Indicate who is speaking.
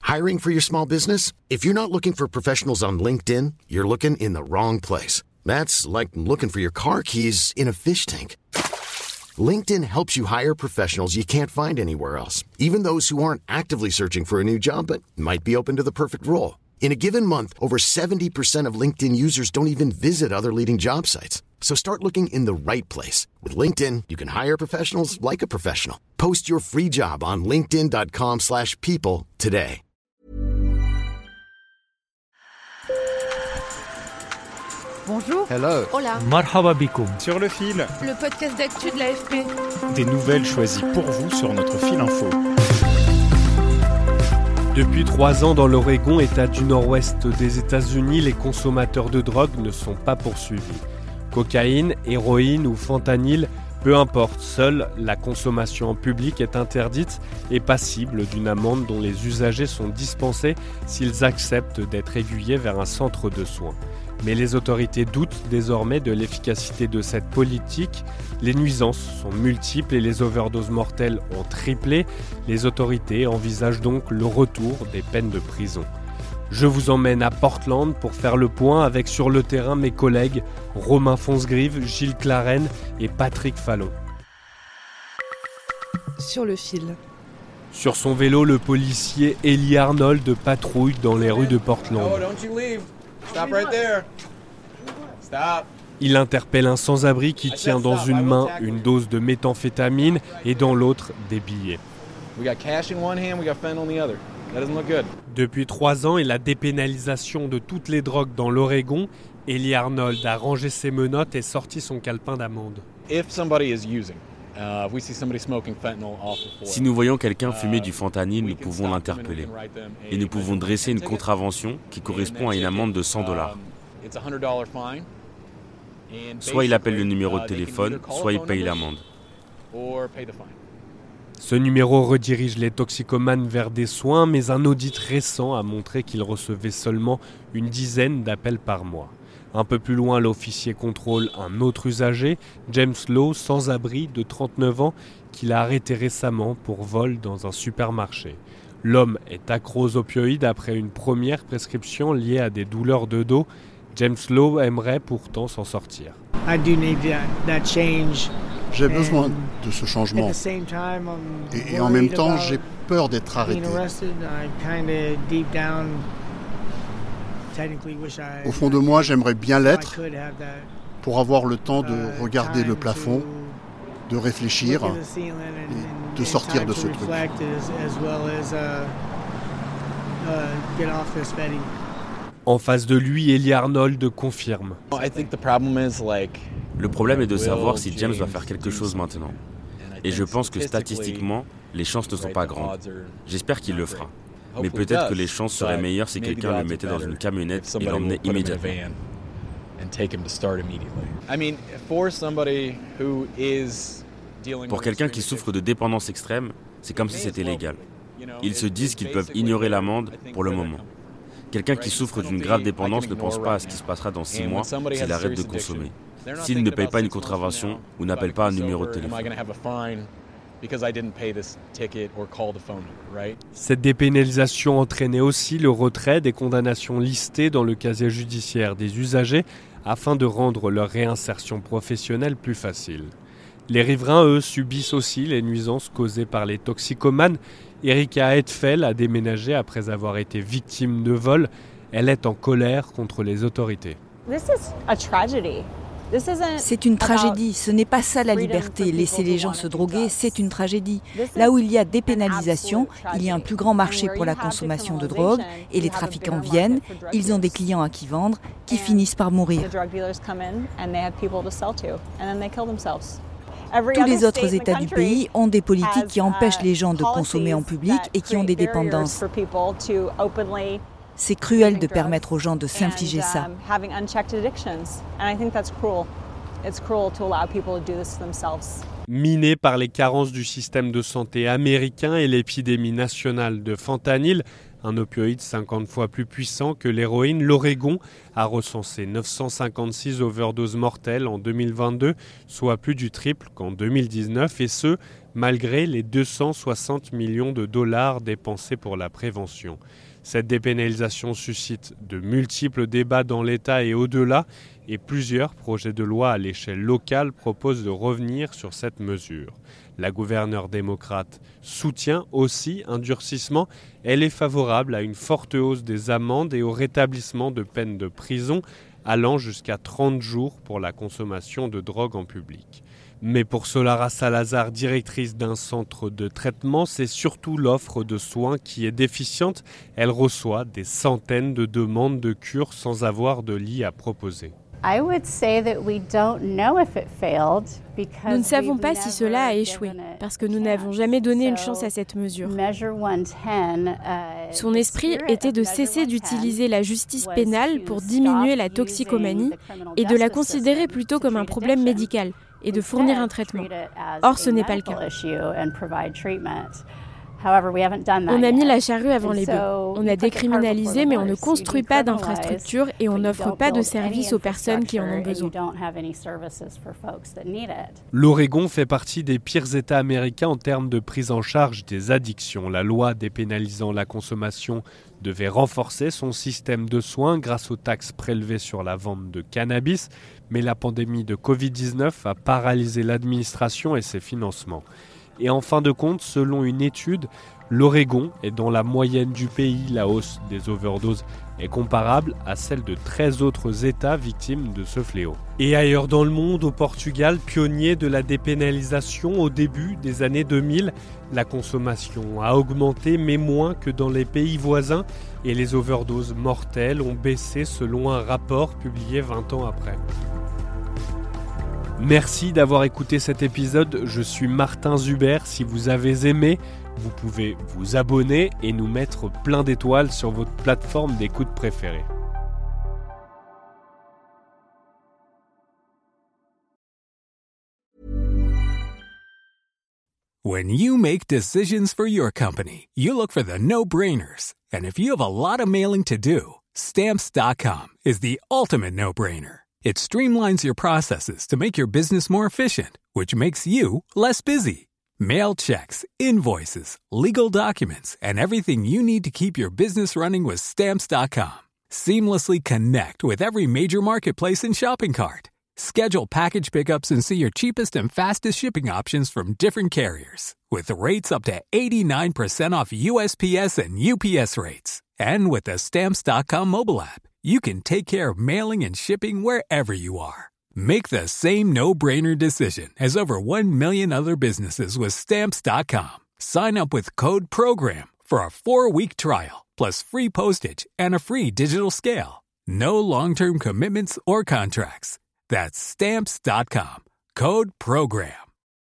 Speaker 1: Hiring for your small business? If you're not looking for professionals on LinkedIn, you're looking in the wrong place. That's like looking for your car keys in a fish tank. LinkedIn helps you hire professionals you can't find anywhere else, even those who aren't actively searching for a new job but might be open to the perfect role. In a given month, over 70% of LinkedIn users don't even visit other leading job sites. So start looking in the right place. With LinkedIn, you can hire professionals like a professional. Post your free job on linkedin.com/people today.
Speaker 2: Bonjour.
Speaker 3: Hello.
Speaker 2: Hola.
Speaker 4: Marhaba bikoum.
Speaker 5: Sur le fil.
Speaker 2: Le podcast d'actu de l'AFP.
Speaker 5: Des nouvelles choisies pour vous sur notre fil info.
Speaker 4: Depuis 3 ans dans l'Oregon, État du nord-ouest des États-Unis, les consommateurs de drogue ne sont pas poursuivis. Cocaïne, héroïne ou fentanyl, peu importe, seule la consommation en public est interdite et passible d'une amende dont les usagers sont dispensés s'ils acceptent d'être aiguillés vers un centre de soins. Mais les autorités doutent désormais de l'efficacité de cette politique. Les nuisances sont multiples et les overdoses mortelles ont triplé. Les autorités envisagent donc le retour des peines de prison. Je vous emmène à Portland pour faire le point avec sur le terrain mes collègues Romain Fonsgrive, Gilles Clarenne et Patrick Fallon.
Speaker 2: Sur le fil.
Speaker 4: Sur son vélo, le policier Eli Arnold patrouille dans les rues de Portland.
Speaker 6: No, don't you leave. Stop right there. Stop.
Speaker 4: Il interpelle un sans-abri qui tient dans une main une dose de méthamphétamine et dans l'autre des billets.
Speaker 6: We got cash in one hand, we got fentanyl in the other. That doesn't look good.
Speaker 4: Depuis 3 ans et la dépénalisation de toutes les drogues dans l'Oregon, Eli Arnold a rangé ses menottes et sorti son calepin d'amende.
Speaker 6: If somebody is using, if we see somebody smoking fentanyl off the floor,
Speaker 3: Si nous voyons quelqu'un fumer du fentanyl, nous pouvons l'interpeller. Et nous pouvons dresser une contravention qui correspond à une amende de $100.
Speaker 6: It's a $100 fine.
Speaker 3: Soit il appelle le numéro de téléphone, soit il paye l'amende.
Speaker 6: Or pay the fine.
Speaker 4: Ce numéro redirige les toxicomanes vers des soins, mais un audit récent a montré qu'il recevait seulement une dizaine d'appels par mois. Un peu plus loin, l'officier contrôle un autre usager, James Lowe, sans-abri de 39 ans, qu'il a arrêté récemment pour vol dans un supermarché. L'homme est accro aux opioïdes après une première prescription liée à des douleurs de dos. James Lowe aimerait pourtant s'en sortir.
Speaker 7: J'ai besoin de ce changement. Et en même temps, j'ai peur d'être arrêté. Au fond de moi, j'aimerais bien l'être pour avoir le temps de regarder le plafond, de réfléchir et de sortir de ce truc.
Speaker 4: En face de lui, Eli Arnold confirme.
Speaker 3: Le problème est de savoir si James va faire quelque chose maintenant. Et je pense que statistiquement, les chances ne sont pas grandes. J'espère qu'il le fera. Mais peut-être que les chances seraient meilleures si quelqu'un le mettait dans une camionnette et l'emmenait immédiatement. Pour quelqu'un qui souffre de dépendance extrême, c'est comme si c'était légal. Ils se disent qu'ils peuvent ignorer l'amende pour le moment. Quelqu'un qui souffre d'une grave dépendance ne pense pas à ce qui se passera dans 6 mois s'il arrête de consommer. S'il ne paye pas une contravention ou n'appelle pas un numéro de téléphone.
Speaker 4: Cette dépénalisation entraînait aussi le retrait des condamnations listées dans le casier judiciaire des usagers afin de rendre leur réinsertion professionnelle plus facile. Les riverains, eux, subissent aussi les nuisances causées par les toxicomanes. Erika Hetfeld a déménagé après avoir été victime de vol. Elle est en colère contre les autorités.
Speaker 8: C'est une tragédie, ce n'est pas ça la liberté. Laisser les gens se droguer, c'est une tragédie. Là où il y a dépénalisation, il y a un plus grand marché pour la consommation de drogue et les trafiquants viennent, ils ont des clients à qui vendre, qui finissent par mourir. Tous les autres États du pays ont des politiques qui empêchent les gens de consommer en public et qui ont des dépendances. C'est cruel de permettre aux gens de s'infliger ça.
Speaker 4: Miné par les carences du système de santé américain et l'épidémie nationale de fentanyl, un opioïde 50 fois plus puissant que l'héroïne, l'Oregon a recensé 956 overdoses mortelles en 2022, soit plus du triple qu'en 2019, et ce, malgré les 260 millions de dollars dépensés pour la prévention. Cette dépénalisation suscite de multiples débats dans l'État et au-delà, et plusieurs projets de loi à l'échelle locale proposent de revenir sur cette mesure. La gouverneure démocrate soutient aussi un durcissement. Elle est favorable à une forte hausse des amendes et au rétablissement de peines de prison allant jusqu'à 30 jours pour la consommation de drogue en public. Mais pour Solara Salazar, directrice d'un centre de traitement, c'est surtout l'offre de soins qui est déficiente. Elle reçoit des centaines de demandes de cure sans avoir de lit à proposer.
Speaker 9: Nous ne savons pas si cela a échoué, parce que nous n'avons jamais donné une chance à cette mesure. Son esprit était de cesser d'utiliser la justice pénale pour diminuer la toxicomanie et de la considérer plutôt comme un problème médical et de fournir un traitement. Or, ce n'est pas le cas. On a mis la charrue avant les bœufs. On a décriminalisé, mais on ne construit pas d'infrastructures et on n'offre pas de services aux personnes qui en ont besoin.
Speaker 4: L'Oregon fait partie des pires États américains en termes de prise en charge des addictions. La loi dépénalisant la consommation devait renforcer son système de soins grâce aux taxes prélevées sur la vente de cannabis, mais la pandémie de Covid-19 a paralysé l'administration et ses financements. Et en fin de compte, selon une étude, l'Oregon est dans la moyenne du pays. La hausse des overdoses est comparable à celle de 13 autres États victimes de ce fléau. Et ailleurs dans le monde, au Portugal, pionnier de la dépénalisation au début des années 2000, la consommation a augmenté, mais moins que dans les pays voisins, et les overdoses mortelles ont baissé selon un rapport publié 20 ans après. Merci d'avoir écouté cet épisode, je suis Martin Zuber. Si vous avez aimé, vous pouvez vous abonner et nous mettre plein d'étoiles sur votre plateforme d'écoute préférée.
Speaker 10: When you make decisions for your company, you look for the no-brainers. And if you have a lot of mailing to do, Stamps.com is the ultimate no-brainer. It streamlines your processes to make your business more efficient, which makes you less busy. Mail checks, invoices, legal documents, and everything you need to keep your business running with Stamps.com. Seamlessly connect with every major marketplace and shopping cart. Schedule package pickups and see your cheapest and fastest shipping options from different carriers, with rates up to 89% off USPS and UPS rates. And with the Stamps.com mobile app, you can take care of mailing and shipping wherever you are. Make the same no-brainer decision as over 1 million other businesses with Stamps.com. Sign up with code PROGRAM for a 4-week trial, plus free postage and a free digital scale. No long-term commitments or contracts. That's Stamps.com. Code PROGRAM.